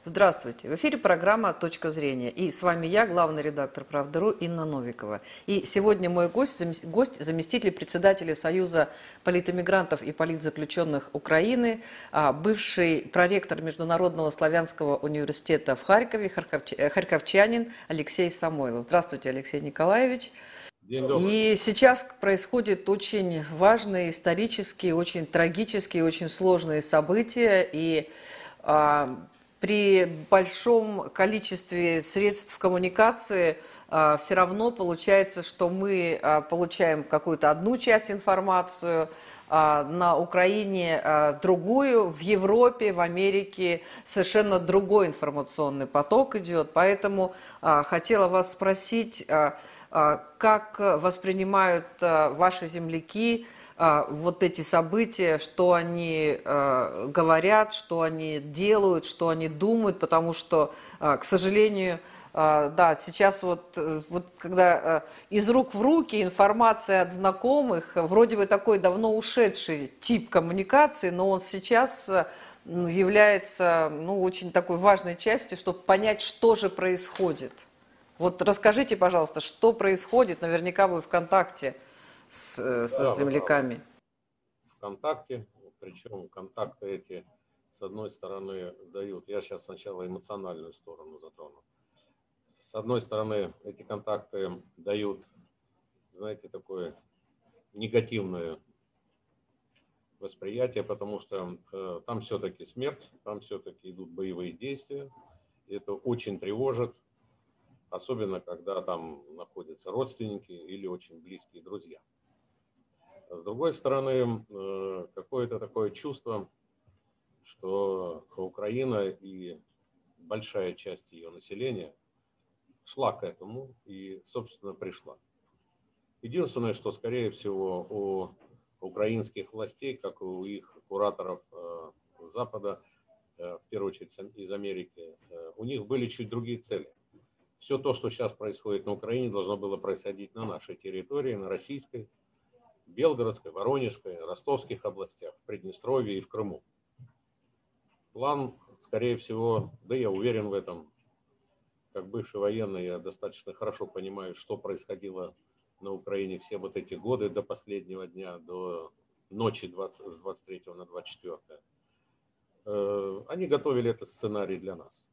Здравствуйте! В эфире программа «Точка зрения». И с вами я, главный редактор «Правды.ру» Инна Новикова. И сегодня мой гость, заместитель председателя Союза политэмигрантов и политзаключенных Украины, бывший проректор Международного славянского университета в Харькове, харьковчанин Алексей Самойлов. Здравствуйте, Алексей Николаевич. День добрый. И сейчас происходят очень важные, исторические, очень трагические, очень сложные события. И при большом количестве средств коммуникации все равно получается, что мы получаем какую-то одну часть информации, на Украине другую, в Европе, в Америке совершенно другой информационный поток идет. Поэтому хотела вас спросить, как воспринимают ваши земляки вот эти события, что они говорят, что они делают, что они думают, потому что, к сожалению, да, сейчас вот когда из рук в руки информация от знакомых, вроде бы такой давно ушедший тип коммуникации, но он сейчас является очень такой важной частью, чтобы понять, что же происходит. Вот расскажите, пожалуйста, что происходит, наверняка вы в контакте с земляками. ВКонтакте, причем контакты эти, с одной стороны, дают, я сейчас сначала эмоциональную сторону затрону, с одной стороны, эти контакты дают, знаете, такое негативное восприятие, потому что там все-таки смерть, там все-таки идут боевые действия, и это очень тревожит, особенно когда там находятся родственники или очень близкие друзья. С другой стороны, какое-то такое чувство, что Украина и большая часть ее населения шла к этому и, собственно, пришла. Единственное, что, скорее всего, у украинских властей, как и у их кураторов с Запада, в первую очередь из Америки, у них были чуть другие цели. Все то, что сейчас происходит на Украине, должно было происходить на нашей территории, на российской, Белгородской, Воронежской, Ростовских областях, в Приднестровье и в Крыму. План, скорее всего, да я уверен в этом, как бывший военный, я достаточно хорошо понимаю, что происходило на Украине все вот эти годы до последнего дня, до ночи с 23 на 24. Они готовили этот сценарий для нас.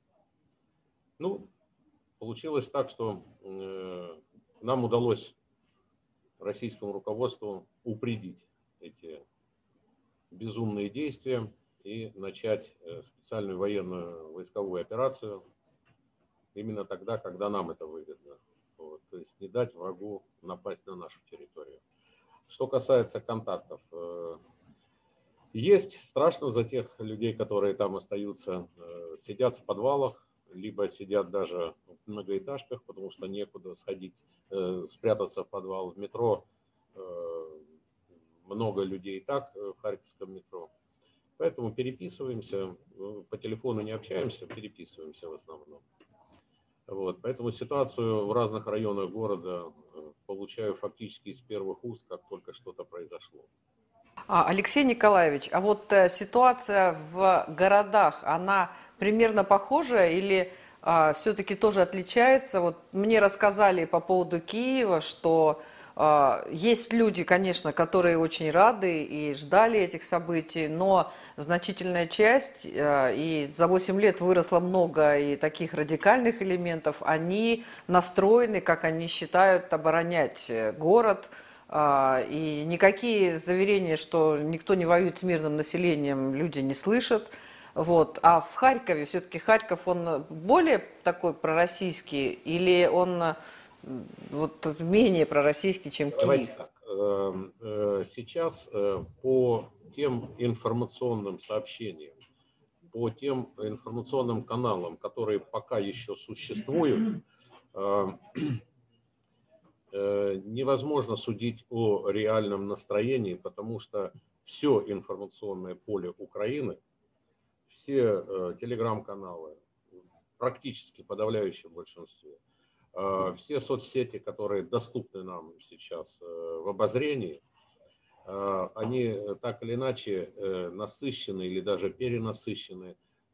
Получилось так, что нам удалось российскому руководству упредить эти безумные действия и начать специальную военную войсковую операцию именно тогда, когда нам это выгодно. Вот, то есть не дать врагу напасть на нашу территорию. Что касается контактов, есть страшно за тех людей, которые там остаются, сидят в подвалах, либо сидят даже в многоэтажках, потому что некуда сходить, спрятаться в подвал. В метро много людей и так в харьковском метро. Поэтому переписываемся, по телефону не общаемся, переписываемся в основном. Вот. Поэтому ситуацию в разных районах города получаю фактически из первых уст, как только что-то произошло. Алексей Николаевич, а вот ситуация в городах, она примерно похожа или все-таки тоже отличается? Вот мне рассказали по поводу Киева, что есть люди, конечно, которые очень рады и ждали этих событий, но значительная часть, и за 8 лет выросло много и таких радикальных элементов, они настроены, как они считают, оборонять город. И никакие заверения, что никто не воюет с мирным населением, люди не слышат. Вот. А в Харькове, все-таки Харьков, он более такой пророссийский или он вот менее пророссийский, чем Киев? Давайте так. Сейчас по тем информационным сообщениям, по тем информационным каналам, которые пока еще существуют, невозможно судить о реальном настроении, потому что все информационное поле Украины, все телеграм-каналы, практически подавляющее большинство, все соцсети, которые доступны нам сейчас в обозрении, они так или иначе насыщены или даже перенасыщены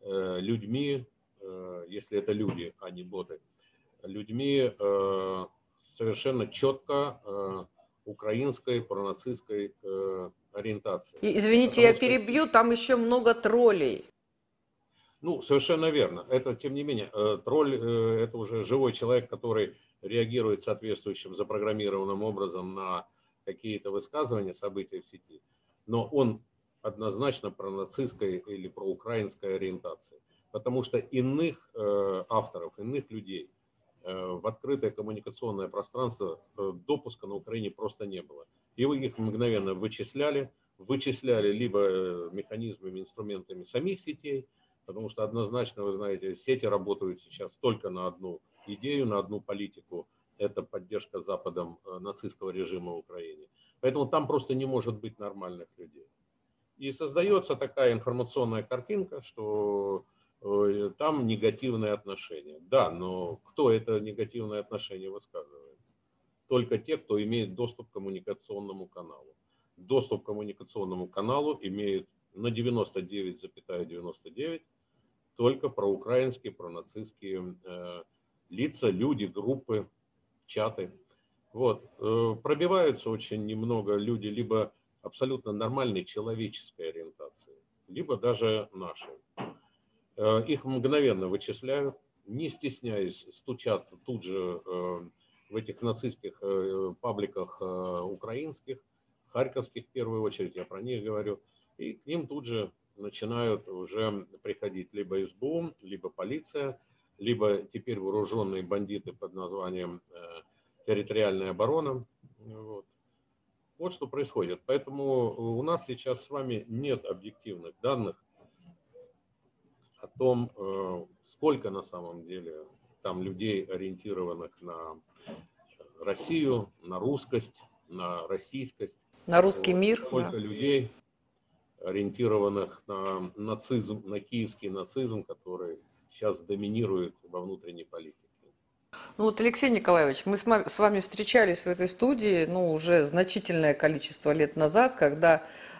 людьми, если это люди, а не боты, людьми совершенно четко украинской пронацистской ориентации. И, извините, я Потому что, перебью, там еще много троллей. ну, совершенно верно. Это, тем не менее, тролль – это уже живой человек, который реагирует соответствующим запрограммированным образом на какие-то высказывания, события в сети. Но он однозначно пронацистской или проукраинской ориентации. Потому что иных авторов, иных людей в открытое коммуникационное пространство допуска на Украине просто не было. И их мгновенно вычисляли либо механизмами, инструментами самих сетей, потому что однозначно, вы знаете, сети работают сейчас только на одну идею, на одну политику. Это поддержка Западом нацистского режима в Украине. Поэтому там просто не может быть нормальных людей. И создается такая информационная картинка, что там негативные отношения. Да, но кто это негативное отношение высказывает? Только те, кто имеет доступ к коммуникационному каналу. Доступ к коммуникационному каналу имеют на 99,99 только проукраинские, пронацистские лица, люди, группы, чаты. Вот. Пробиваются очень немного люди либо абсолютно нормальной человеческой ориентации, либо даже наши. Их мгновенно вычисляют, не стесняясь, стучат тут же в этих нацистских пабликах украинских, харьковских в первую очередь, я про них говорю, и к ним тут же начинают уже приходить либо СБУ, либо полиция, либо теперь вооруженные бандиты под названием территориальная оборона. Вот. Вот что происходит. Поэтому у нас сейчас с вами нет объективных данных о том, сколько на самом деле там людей, ориентированных на Россию, на русскость, на российскость. На русский Вот. мир, Сколько да. людей, ориентированных на нацизм, на киевский нацизм, который сейчас доминирует во внутренней политике. Ну вот, Алексей Николаевич, мы с вами встречались в этой студии, ну, уже значительное количество лет назад, когда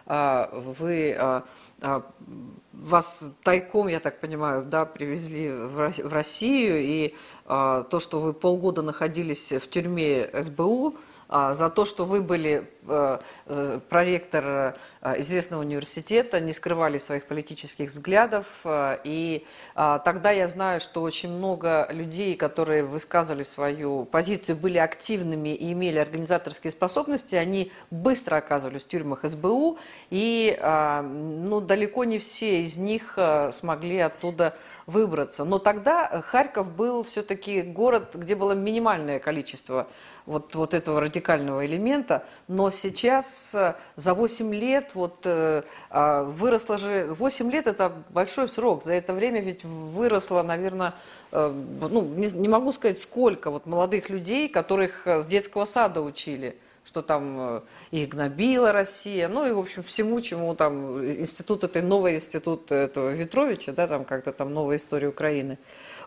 вас тайком, я так понимаю, да, привезли в Россию, и то, что вы полгода находились в тюрьме СБУ, за то, что вы были проректор известного университета, не скрывали своих политических взглядов. И тогда я знаю, что очень много людей, которые высказывали свою позицию, были активными и имели организаторские способности, они быстро оказывались в тюрьмах СБУ, и ну, далеко не все из них смогли оттуда выбраться. Но тогда Харьков был все-таки город, где было минимальное количество вот этого радикального элемента, но сейчас за 8 лет выросло же, 8 лет это большой срок, за это время ведь выросло, наверное, ну, не могу сказать сколько вот молодых людей, которых с детского сада учили, что там их гнобила Россия, ну и, в общем, всему, чему там новый институт этого Ветровича, да, там как-то там новая история Украины.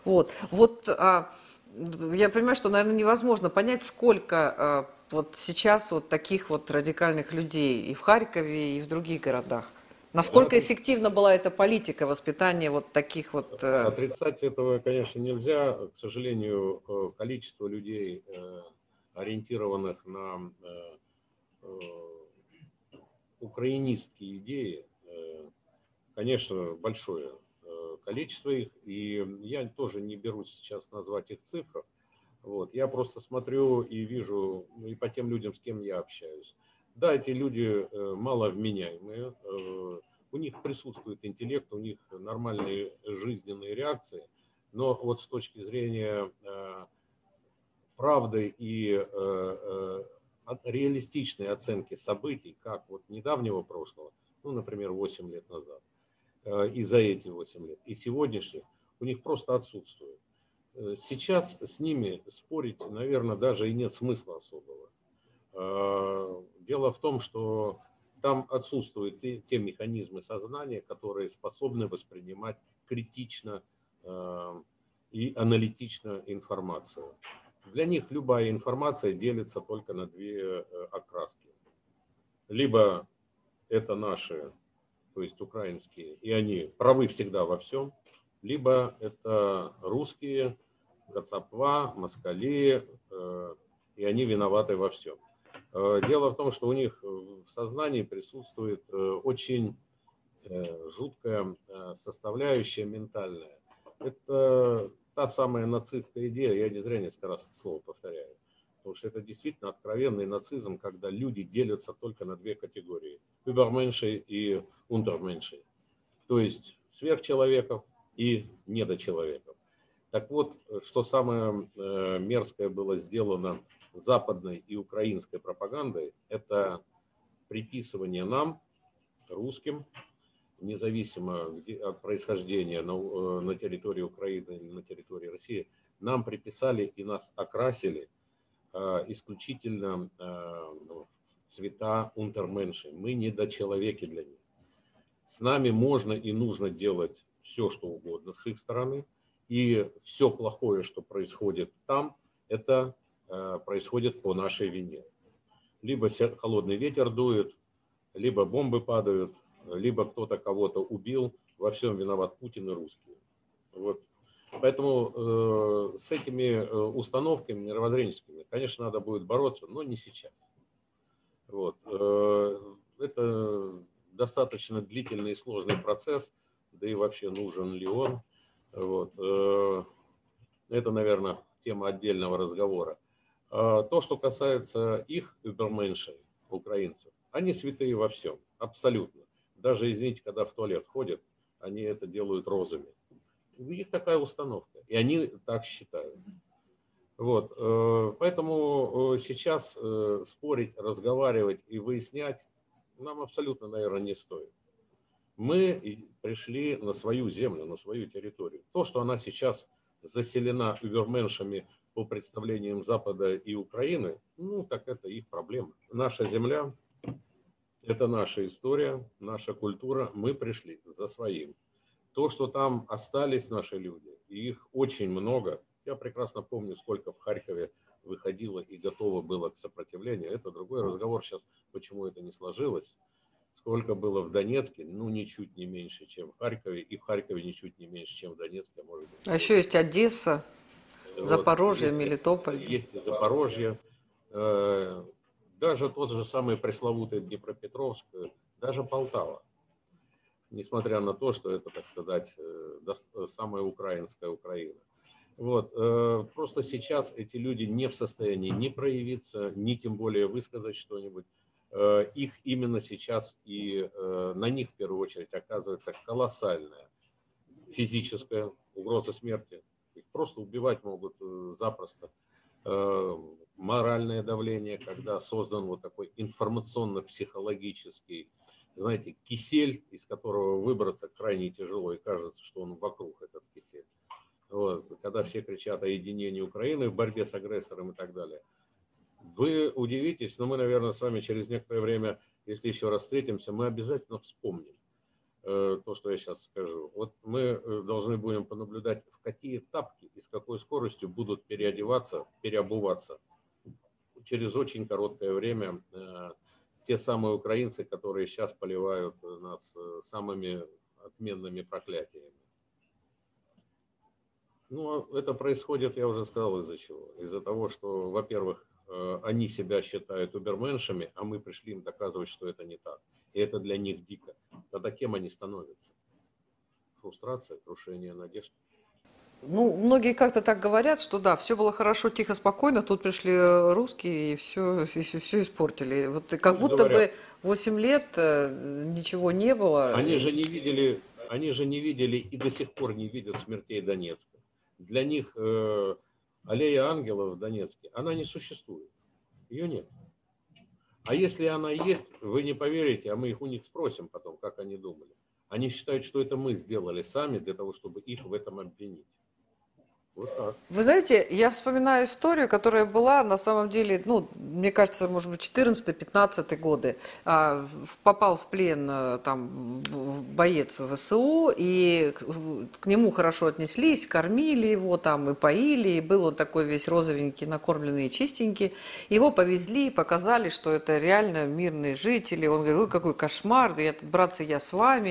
Я понимаю, что, наверное, невозможно понять, сколько вот сейчас вот таких вот радикальных людей и в Харькове, и в других городах. Насколько эффективна была эта политика воспитания вот таких вот... Отрицать этого, конечно, нельзя. К сожалению, количество людей, ориентированных на украинистские идеи, конечно, большое количество их, и я тоже не берусь сейчас назвать их цифры. Вот. Я просто смотрю и вижу, и по тем людям, с кем я общаюсь. Да, эти люди маловменяемые, у них присутствует интеллект, у них нормальные жизненные реакции, но вот с точки зрения правды и реалистичной оценки событий, как вот недавнего прошлого, ну, например, 8 лет назад, и за эти 8 лет, и сегодняшних, у них просто отсутствует. Сейчас с ними спорить, наверное, даже и нет смысла особого. Дело в том, что там отсутствуют те механизмы сознания, которые способны воспринимать критично и аналитично информацию. Для них любая информация делится только на две окраски. Либо это наши, то есть украинские, и они правы всегда во всем, либо это русские, кацапва, москали, и они виноваты во всем. Дело в том, что у них в сознании присутствует очень жуткая составляющая ментальная. Это та самая нацистская идея, я не зря несколько раз это слово повторяю, потому что это действительно откровенный нацизм, когда люди делятся только на две категории – übermenschen и untermenschen, то есть сверхчеловеков и недочеловеков. Так вот, что самое мерзкое было сделано западной и украинской пропагандой, это приписывание нам, русским, независимо от происхождения на территории Украины или на территории России, нам приписали и нас окрасили исключительно цвета унтерменшей. Мы недочеловеки для них. С нами можно и нужно делать все, что угодно с их стороны. И все плохое, что происходит там, это происходит по нашей вине. Либо холодный ветер дует, либо бомбы падают, либо кто-то кого-то убил. Во всем виноват Путин и русские. Вот. Поэтому с этими установками мировоззренческими, конечно, надо будет бороться, но не сейчас. Вот. Это достаточно длительный и сложный процесс, да и вообще нужен ли он. Вот. Это, наверное, тема отдельного разговора. То, что касается их übermenschen, украинцев, они святые во всем, абсолютно. Даже, извините, когда в туалет ходят, они это делают розами. У них такая установка, и они так считают. Вот. Поэтому сейчас спорить, разговаривать и выяснять нам абсолютно, наверное, не стоит. Мы пришли на свою землю, на свою территорию. То, что она сейчас заселена übermenschами по представлениям Запада и Украины, ну, так это их проблема. Наша земля – это наша история, наша культура. Мы пришли за своим. То, что там остались наши люди, и их очень много. Я прекрасно помню, сколько в Харькове выходило и готово было к сопротивлению. Это другой разговор сейчас, почему это не сложилось. Сколько было в Донецке, ну, ничуть не меньше, чем в Харькове. И в Харькове ничуть не меньше, чем в Донецке. Может быть, а еще есть Одесса, Запорожье, Мелитополь. Есть и Запорожье. Даже тот же самый пресловутый Днепропетровск, даже Полтава. Несмотря на то, что это, так сказать, самая украинская Украина. Вот. Просто сейчас эти люди не в состоянии ни проявиться, ни тем более высказать что-нибудь. Их именно сейчас и на них в первую очередь оказывается колоссальная физическая угроза смерти. Их просто убивать могут запросто. Моральное давление, когда создан вот такой информационно-психологический, знаете, кисель, из которого выбраться крайне тяжело, и кажется, что он вокруг, этот кисель. Вот. Когда все кричат о единении Украины в борьбе с агрессором и так далее. Вы удивитесь, но мы, наверное, с вами через некоторое время, если еще раз встретимся, мы обязательно вспомним то, что я сейчас скажу. Вот мы должны будем понаблюдать, в какие тапки и с какой скоростью будут переодеваться, переобуваться через очень короткое время те самые украинцы, которые сейчас поливают нас самыми отменными проклятиями. Ну, это происходит, я уже сказал, из-за чего. Из-за того, что, во-первых, они себя считают уберменшами, а мы пришли им доказывать, что это не так. И это для них дико. Тогда кем они становятся? Фрустрация, крушение надежд. Ну, многие как-то так говорят, что да, все было хорошо, тихо, спокойно, тут пришли русские и все испортили. Вот как Пусть будто говорят. бы 8 лет ничего не было. Они же не видели и до сих пор не видят смертей Донецка. Для них аллея ангелов в Донецке, она не существует. Ее нет. А если она есть, вы не поверите, а мы их у них спросим потом, как они думали. Они считают, что это мы сделали сами для того, чтобы их в этом обвинить. Вот так. Вы знаете, я вспоминаю историю, которая была на самом деле, ну, мне кажется, может быть, 14-15 годы. Попал в плен там боец ВСУ, и к нему хорошо отнеслись, кормили его там и поили, и был он такой весь розовенький, накормленный и чистенький. Его повезли, показали, что это реально мирные жители. Он говорит: ой, какой кошмар, да я, братцы, я с вами.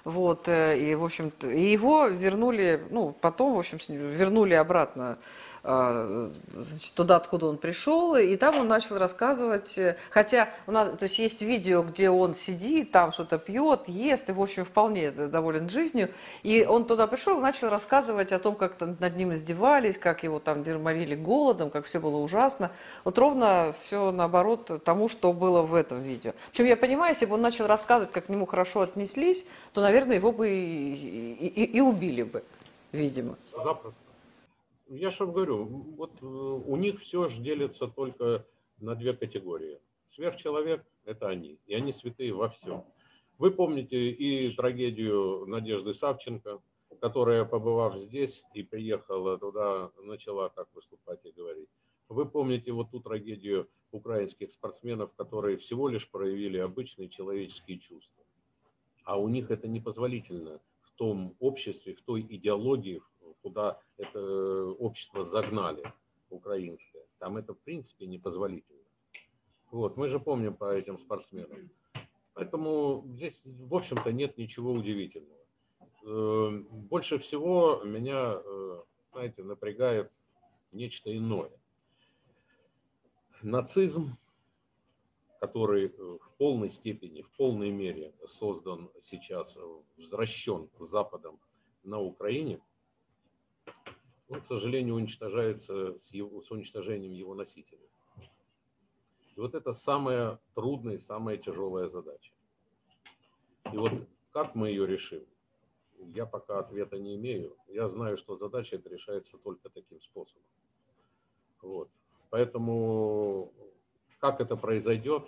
Вот, и, в общем-то, и его вернули, ну, потом, в общем, вернули обратно значит, туда, откуда он пришел, и там он начал рассказывать, хотя у нас, то есть видео, где он сидит, там что-то пьет, ест, и, в общем, вполне доволен жизнью, и он туда пришел и начал рассказывать о том, как над ним издевались, как его там морили голодом, как все было ужасно. Вот ровно все наоборот тому, что было в этом видео. Причем я понимаю, если бы он начал рассказывать, как к нему хорошо отнеслись, то, наверное, его бы и убили бы, видимо. Запросто. Я же вам говорю, вот у них все же делится только на две категории. Сверхчеловек – это они, и они святые во всем. Вы помните и трагедию Надежды Савченко, которая, побывав здесь и приехала туда, начала как выступать и говорить. Вы помните вот ту трагедию украинских спортсменов, которые всего лишь проявили обычные человеческие чувства. А у них это непозволительно в том обществе, в той идеологии, куда это общество загнали, украинское. Там это в принципе непозволительно. Вот, мы же помним по этим спортсменам. Поэтому здесь, в общем-то, нет ничего удивительного. Больше всего меня, знаете, напрягает нечто иное. Нацизм, который в полной степени, в полной мере создан сейчас, возвращен Западом на Украине, он, к сожалению, уничтожается с уничтожением его носителей. И вот это самая трудная, самая тяжелая задача. И вот как мы ее решим, я пока ответа не имею. Я знаю, что задача эта решается только таким способом. Вот. Поэтому как это произойдет,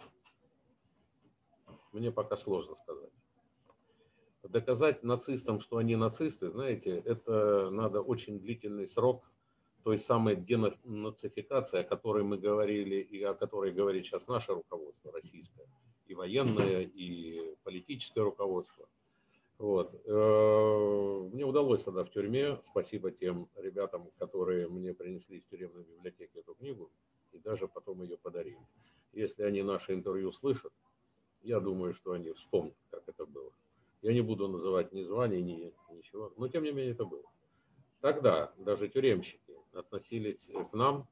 мне пока сложно сказать. Доказать нацистам, что они нацисты, знаете, это надо очень длительный срок той самой денацификации, о которой мы говорили и о которой говорит сейчас наше руководство российское, и военное, и политическое руководство. Вот. Мне удалось тогда в тюрьме, спасибо тем ребятам, которые мне принесли из тюремной библиотеки эту книгу, и даже потом ее подарили. Если они наше интервью слышат, я думаю, что они вспомнят, как это было. Я не буду называть ни званий, ни ничего, но тем не менее это было. Тогда даже тюремщики относились к нам,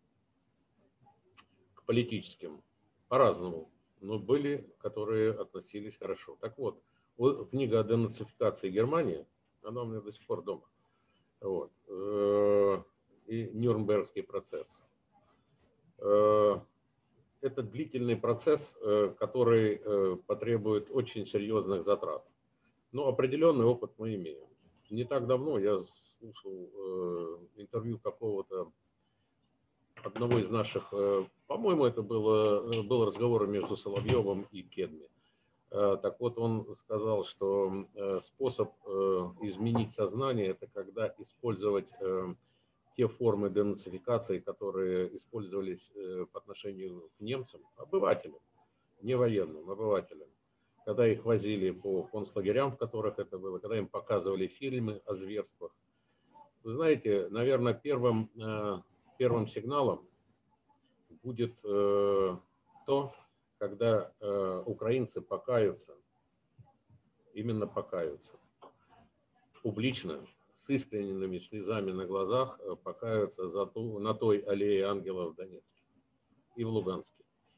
к политическим, по-разному, но были, которые относились хорошо. Так вот, книга о денацификации Германии, она у меня до сих пор дома. Вот. И Нюрнбергский процесс. Это длительный процесс, который потребует очень серьезных затрат. Но определенный опыт мы имеем. Не так давно я слушал интервью какого-то одного из наших, по-моему, это был разговор между Соловьевым и Кедми. Так вот, он сказал, что способ изменить сознание – это когда использовать те формы денацификации, которые использовались по отношению к немцам, обывателям, не военным, обывателям. Когда их возили по концлагерям, в которых это было, когда им показывали фильмы о зверствах. Вы знаете, наверное, первым сигналом будет то, когда украинцы покаются, именно покаются, публично, с искренними слезами на глазах покаются на той аллее ангелов в Донецке и в Луганске.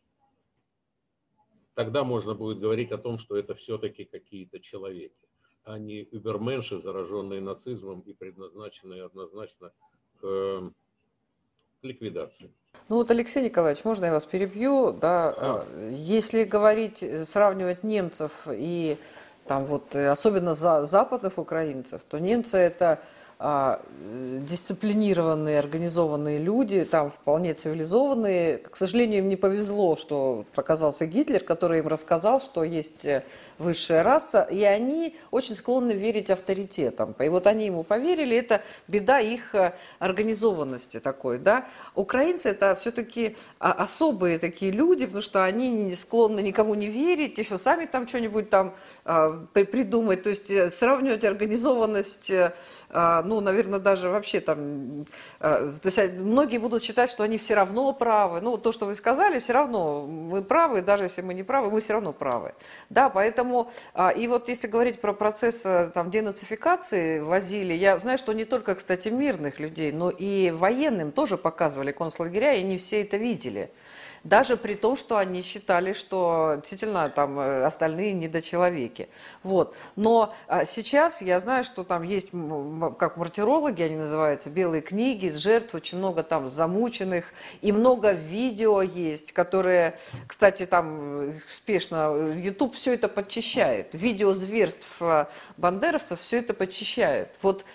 Тогда можно будет говорить о том, что это все-таки какие-то человеки, а не übermenschen, зараженные нацизмом и предназначенные однозначно к ликвидации. Ну вот, Алексей Николаевич, можно я вас перебью? Да, если говорить, сравнивать немцев и там вот особенно западных украинцев, то немцы это дисциплинированные, организованные люди, там вполне цивилизованные. К сожалению, им не повезло, что показался Гитлер, который им рассказал, что есть высшая раса, и они очень склонны верить авторитетам. И вот они ему поверили, это беда их организованности такой, да. Украинцы это все-таки особые такие люди, потому что они не склонны никому не верить, еще сами там что-нибудь там придумать, то есть сравнивать организованность, ну, наверное, даже вообще там, то есть многие будут считать, что они все равно правы, ну, то, что вы сказали, все равно мы правы, даже если мы не правы, мы все равно правы, да, поэтому, и вот если говорить про процесс там денацификации возили, я знаю, что не только, кстати, мирных людей, но и военным тоже показывали концлагеря, и не все это видели. Даже при том, что они считали, что действительно там остальные недочеловеки. Вот. Но сейчас я знаю, что там есть, как мартирологи они называются, белые книги с жертв, очень много там замученных, и много видео есть, которые, кстати, там спешно, YouTube все это подчищает. Видео зверств бандеровцев все это подчищает. Вот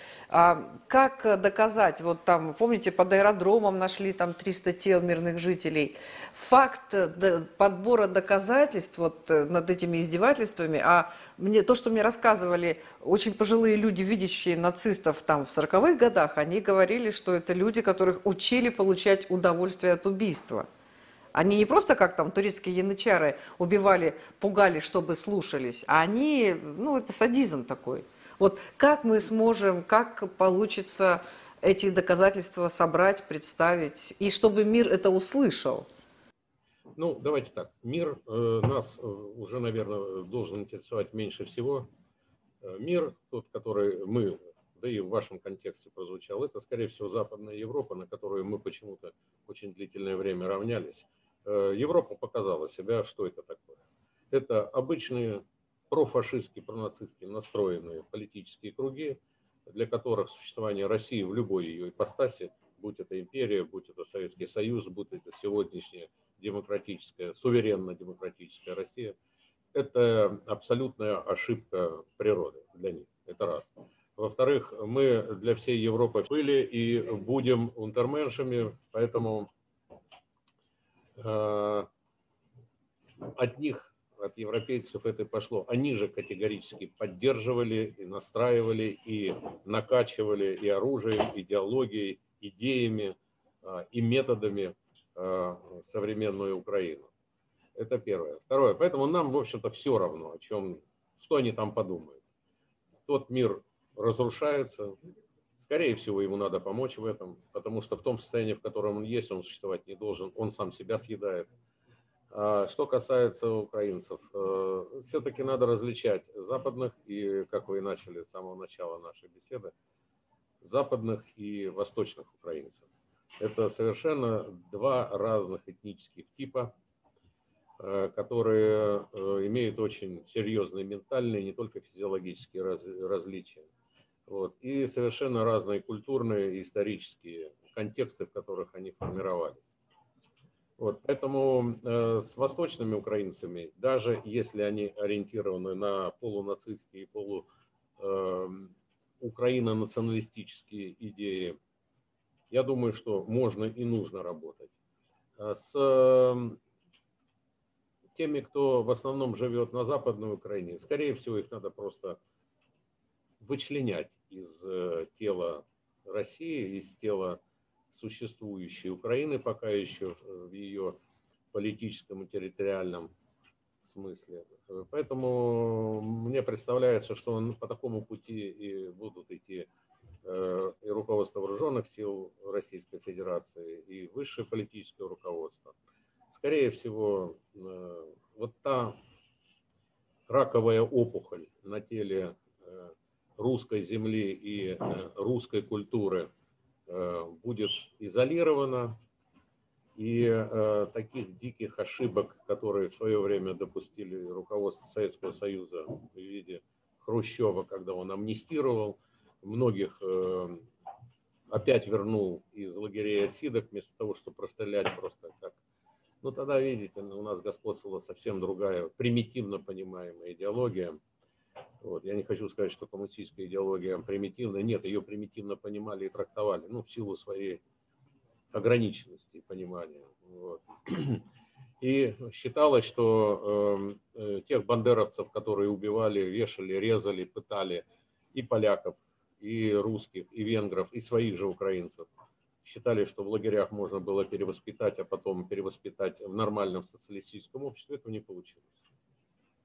как доказать, вот там, помните, под аэродромом нашли там 300 тел мирных жителей. Факт подбора доказательств вот над этими издевательствами, мне, то, что мне рассказывали очень пожилые люди, видящие нацистов там в 40-х годах, они говорили, что это люди, которых учили получать удовольствие от убийства. Они не просто, как там турецкие янычары, убивали, пугали, чтобы слушались, а они, ну, это садизм такой. Вот как мы сможем, как получится эти доказательства собрать, представить, и чтобы мир это услышал? Ну, давайте так. Мир нас уже, наверное, должен интересовать меньше всего. Мир, тот, который мы, да и в вашем контексте прозвучал, это, скорее всего, Западная Европа, на которую мы почему-то очень длительное время равнялись. Европа показала себя, что это такое. Это обычные профашистски, пронацистски настроенные политические круги, для которых существование России в любой ее ипостаси, будь это империя, будь это Советский Союз, будь это сегодняшняя демократическая, суверенно-демократическая Россия, это абсолютная ошибка природы для них. Это раз. Во-вторых, мы для всей Европы были и будем унтерменшами, поэтому от них, от европейцев это пошло. Они же категорически поддерживали и настраивали, и накачивали и оружием, идеологией, идеями и методами современную Украину. Это первое. Второе. Поэтому нам, в общем-то, все равно, что они там подумают. Тот мир разрушается. Скорее всего, ему надо помочь в этом, потому что в том состоянии, в котором он есть, он существовать не должен. Он сам себя съедает. Что касается украинцев, все-таки надо различать западных и, как вы и начали с самого начала нашей беседы, западных и восточных украинцев. Это совершенно два разных этнических типа, которые имеют очень серьезные ментальные, не только физиологические различия. Вот, и совершенно разные культурные и исторические контексты, в которых они формировались. Вот, поэтому с восточными украинцами, даже если они ориентированы на полунацистские, украино-националистические идеи, я думаю, что можно и нужно работать. С теми, кто в основном живет на Западной Украине, скорее всего, их надо просто вычленять из тела России, из тела существующей Украины, пока еще в ее политическом и территориальном смысле. Поэтому мне представляется, что по такому пути и будут идти и руководство вооруженных сил Российской Федерации, и высшее политическое руководство. Скорее всего, вот та раковая опухоль на теле русской земли и русской культуры будет изолирована, и таких диких ошибок, которые в свое время допустили руководство Советского Союза в виде Хрущева, когда он амнистировал, многих опять вернул из лагерей отсидок, вместо того, чтобы расстрелять просто так. Ну тогда, видите, у нас господствовала совсем другая, примитивно понимаемая идеология. Вот. Я не хочу сказать, что коммунистическая идеология примитивная. Нет, ее примитивно понимали и трактовали, ну, в силу своей ограниченности и понимания. Вот. И считалось, что тех бандеровцев, которые убивали, вешали, резали, пытали и поляков, и русских, и венгров, и своих же украинцев, считали, что в лагерях можно было перевоспитать, а потом перевоспитать в нормальном социалистическом обществе, этого не получилось.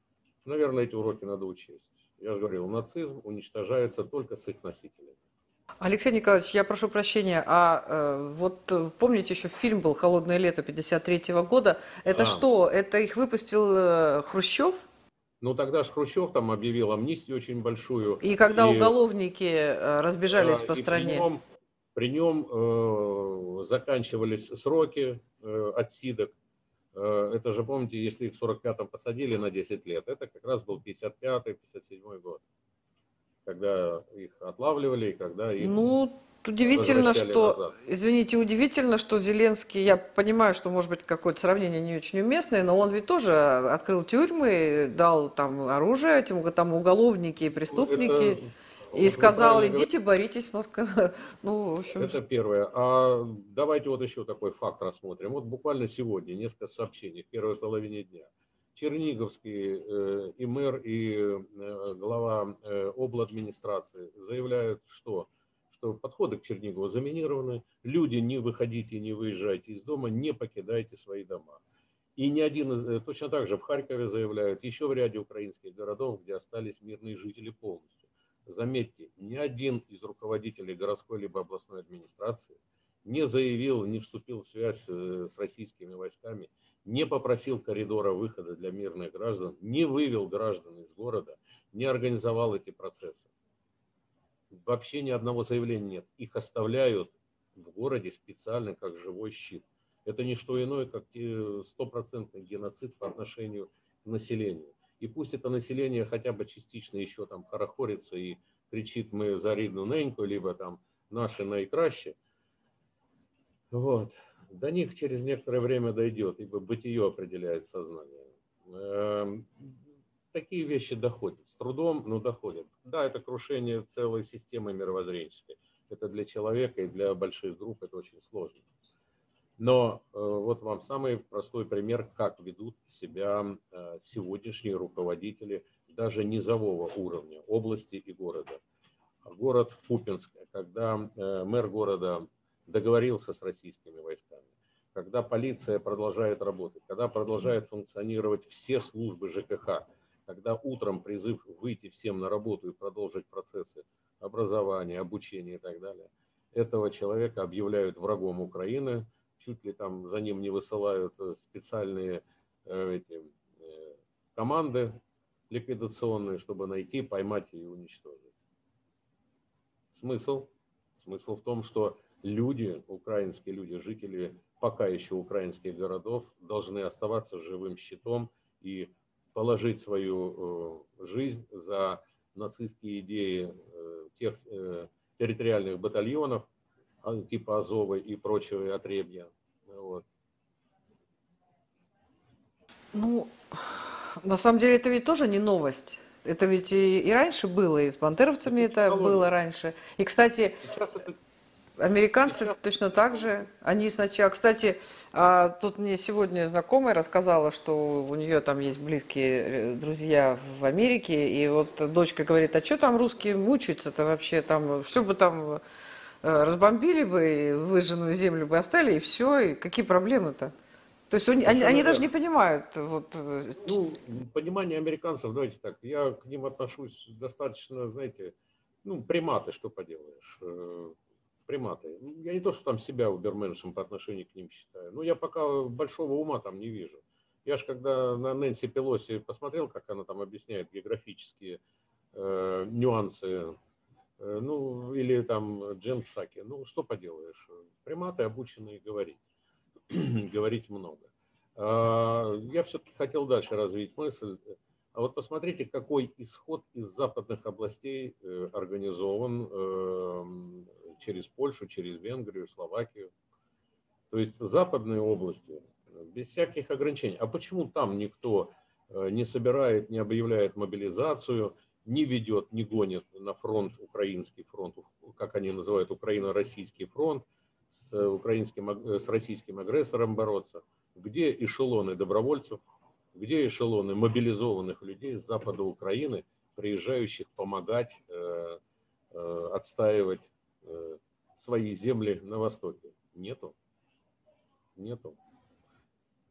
Наверное, эти уроки надо учесть. Я же говорил, нацизм уничтожается только с их носителями. Алексей Николаевич, я прошу прощения, помните, еще фильм был «Холодное лето» 1953 года. Это А, что? Это их выпустил Хрущев? ну тогда же Хрущев там объявил амнистию очень большую, И когда и, уголовники разбежались по и стране? при нем заканчивались сроки отсидок. Это же, помните, если их в 45-м посадили на 10 лет, это как раз был 55-57 год, когда их отлавливали и когда их Ну, удивительно, возвращали что, назад. извините, удивительно, что Зеленский, я понимаю, что, может быть, какое-то сравнение не очень уместное, но он ведь тоже открыл тюрьмы, дал там оружие этим, там уголовники и преступники, Это, и вот вы сказал, правильно говорите. идите, боритесь, Москва. Ну, в общем, Это первое. А давайте вот еще такой факт рассмотрим. Вот буквально сегодня несколько сообщений в первой половине дня. Черниговский и мэр, и глава обладминистрации заявляют, что подходы к Чернигову заминированы, люди не выходите, не выезжайте из дома, не покидайте свои дома. И ни один точно так же в Харькове заявляют, еще в ряде украинских городов, где остались мирные жители полностью. Заметьте, ни один из руководителей городской либо областной администрации не заявил, не вступил в связь с российскими войсками, не попросил коридора выхода для мирных граждан, не вывел граждан из города, не организовал эти процессы. Вообще ни одного заявления нет. Их оставляют в городе специально как живой щит. Это не что иное, как стопроцентный геноцид по отношению к населению. И пусть это население хотя бы частично еще там хорохорится и кричит мы за рідну неньку, либо там наши наикраще, вот, до них через некоторое время дойдет, ибо бытие определяет сознание. Такие вещи доходят. С трудом, но доходят. Да, это крушение целой системы мировоззренческой. Это для человека и для больших групп это очень сложно. Но вот вам самый простой пример, как ведут себя сегодняшние руководители даже низового уровня, области и города. Город Купинск, когда мэр города договорился с российскими войсками, когда полиция продолжает работать, когда продолжают функционировать все службы ЖКХ, когда утром призыв выйти всем на работу и продолжить процессы образования, обучения и так далее, этого человека объявляют врагом Украины, чуть ли там за ним не высылают специальные команды ликвидационные, чтобы найти, поймать и уничтожить. Смысл? Смысл в том, что люди, украинские люди, жители пока еще украинских городов должны оставаться живым щитом и положить свою жизнь за нацистские идеи тех территориальных батальонов типа Азова и прочего отребья. Вот. ну, на самом деле это ведь тоже не новость. Это ведь и раньше было, и с бандеровцами Это это было психология. раньше. И, кстати, Сейчас это американцы сейчас точно так же. Они сначала, кстати, тут мне сегодня знакомая рассказала, что у нее там есть близкие друзья в Америке, и вот дочка говорит, а что там русские мучаются-то вообще, там все бы там разбомбили бы, и выжженную землю бы оставили, и все, и какие проблемы-то? То есть они совершенно даже не верно. понимают, Ну, понимание американцев, давайте так, я к ним отношусь достаточно, знаете, ну, приматы, что поделаешь, приматы. Я не то, что там себя уберменшем по отношению к ним считаю, но я пока большого ума там не вижу. Я же когда на Нэнси Пелоси посмотрел, как она там объясняет географические нюансы, ну, или там Джен Псаки, ну, что поделаешь, приматы обученные говорить, говорить много. Я все-таки хотел дальше развить мысль. А вот посмотрите, какой исход из западных областей организован через Польшу, через Венгрию, Словакию. То есть западные области без всяких ограничений. А почему там никто не собирает, не объявляет мобилизацию, не ведет, не гонит на фронт, украинский фронт, как они называют, Украино-российский фронт, с российским агрессором бороться? Где эшелоны добровольцев, где эшелоны мобилизованных людей с запада Украины, приезжающих помогать отстаивать свои земли на Востоке? Нету. Нету.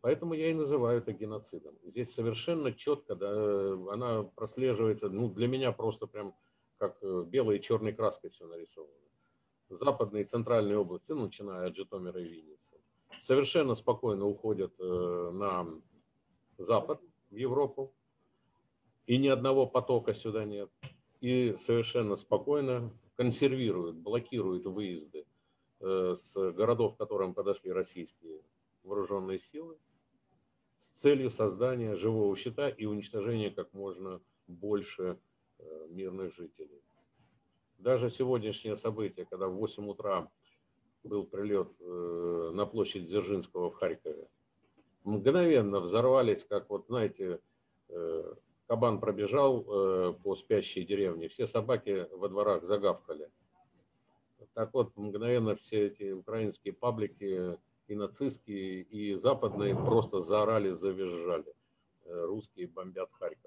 Поэтому я и называю это геноцидом. Здесь совершенно четко, да, она прослеживается, ну, для меня просто прям как белой и черной краской все нарисовано. Западные и центральные области, ну, начиная от Житомира и Винницы, совершенно спокойно уходят на запад, в Европу, и ни одного потока сюда нет. И совершенно спокойно консервируют, блокируют выезды с городов, к которым подошли российские вооруженные силы, с целью создания живого щита и уничтожения как можно больше мирных жителей. Даже сегодняшнее событие, когда в 8 утра был прилет на площадь Дзержинского в Харькове, мгновенно взорвались, как вот, знаете, кабан пробежал по спящей деревне, все собаки во дворах загавкали. Так вот, мгновенно все эти украинские паблики, и нацистские, и западные, просто заорали, завизжали. Русские бомбят Харьков.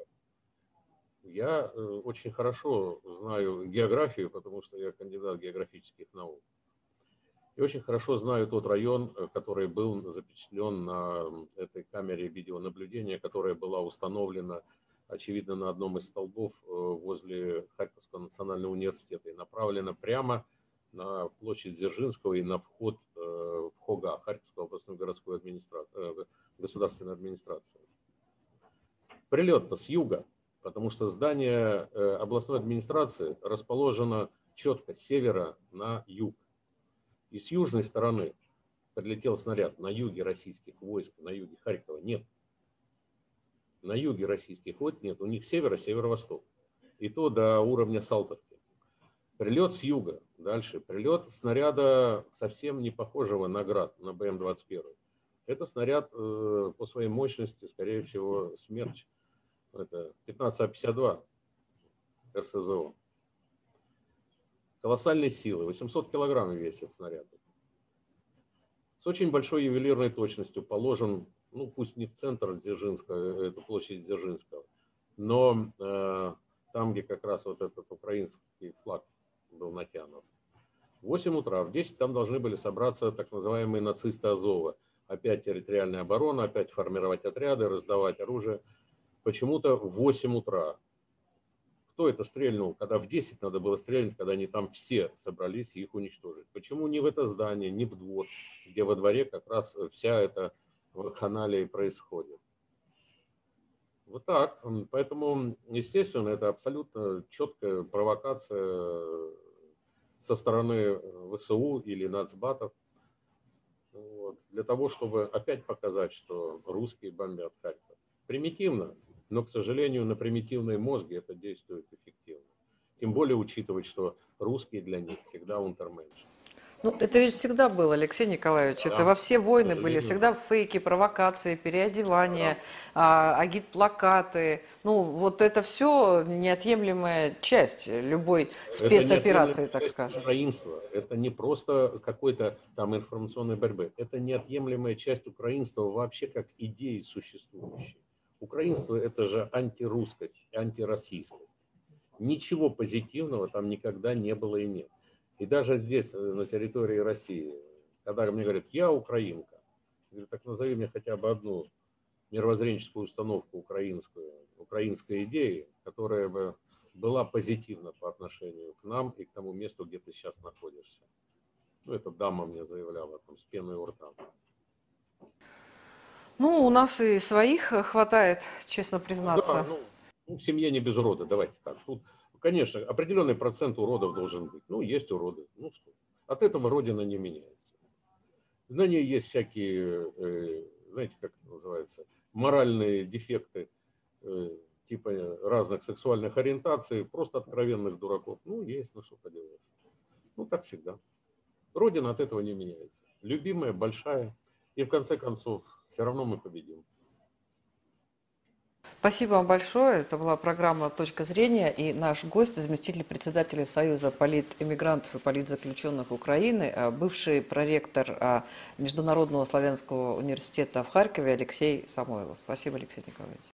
Я очень хорошо знаю географию, потому что я кандидат географических наук. И очень хорошо знаю тот район, который был запечатлен на этой камере видеонаблюдения, которая была установлена, очевидно, на одном из столбов возле Харьковского национального университета и направлена прямо на площадь Дзержинского и на вход в ХОГА, Харьковскую областную городскую администрацию, государственную администрацию. Прилет-то с юга, потому что здание областной администрации расположено четко с севера на юг. И с южной стороны прилетел снаряд. На юге российских войск, на юге Харькова нет. На юге российских войск нет. У них севера, северо-восток. И то до уровня Салтовки. Прилет с юга. Дальше. Прилет снаряда совсем не похожего на град, на БМ-21. Это снаряд по своей мощности, скорее всего, «Смерч». Это 15А-52 РСЗО. Колоссальной силы. 800 килограмм весит снаряд. С очень большой ювелирной точностью положен, ну пусть не в центр Дзержинского, это площадь Дзержинского, но там, где как раз вот этот украинский флаг был натянут. В 8 утра, в 10 там должны были собраться так называемые нацисты Азова. Опять территориальная оборона, опять формировать отряды, раздавать оружие. Почему-то в 8 утра. Кто это стрельнул, когда в 10 надо было стрелять, когда они там все собрались и их уничтожить? Почему не в это здание, не в двор, где во дворе как раз вся эта вакханалия происходит? Вот так. Поэтому, естественно, это абсолютно четкая провокация со стороны ВСУ или нацбатов. Вот. Для того, чтобы опять показать, что русские бомбят Харьков. Примитивно. Но, к сожалению, на примитивные мозги это действует эффективно. Тем более учитывать, что русские для них всегда унтерменш. Ну, это ведь всегда было, Алексей Николаевич. Да, это во все войны были. Всегда фейки, провокации, переодевания, агитплакаты. Ну, вот это все неотъемлемая часть любой спецоперации, так скажем. Украинства. Это не просто какой-то там информационной борьбы. Это неотъемлемая часть украинства вообще как идеи существующей. Украинство – это же антирусскость, антироссийскость. Ничего позитивного там никогда не было и нет. И даже здесь, на территории России, когда мне говорят, я украинка, я говорю, так назови мне хотя бы одну мировоззренческую установку украинскую, украинской идеи, которая бы была позитивна по отношению к нам и к тому месту, где ты сейчас находишься. Ну, эта дама мне заявляла там с пеной у рта. Ну, у нас и своих хватает, честно признаться. Да, ну, в семье не без урода, давайте так. Тут, конечно, определенный процент уродов должен быть. Ну, есть уроды. Ну что, от этого Родина не меняется. На ней есть всякие, знаете, как это называется, моральные дефекты, типа разных сексуальных ориентаций, просто откровенных дураков. Ну, есть, ну что поделаешь. Ну, так всегда. Родина от этого не меняется. Любимая, большая. И в конце концов, все равно мы победим. Спасибо вам большое. Это была программа «Точка зрения». И наш гость, заместитель председателя Союза политэмигрантов и политзаключенных Украины, бывший проректор Международного славянского университета в Харькове Алексей Самойлов. Спасибо, Алексей Николаевич.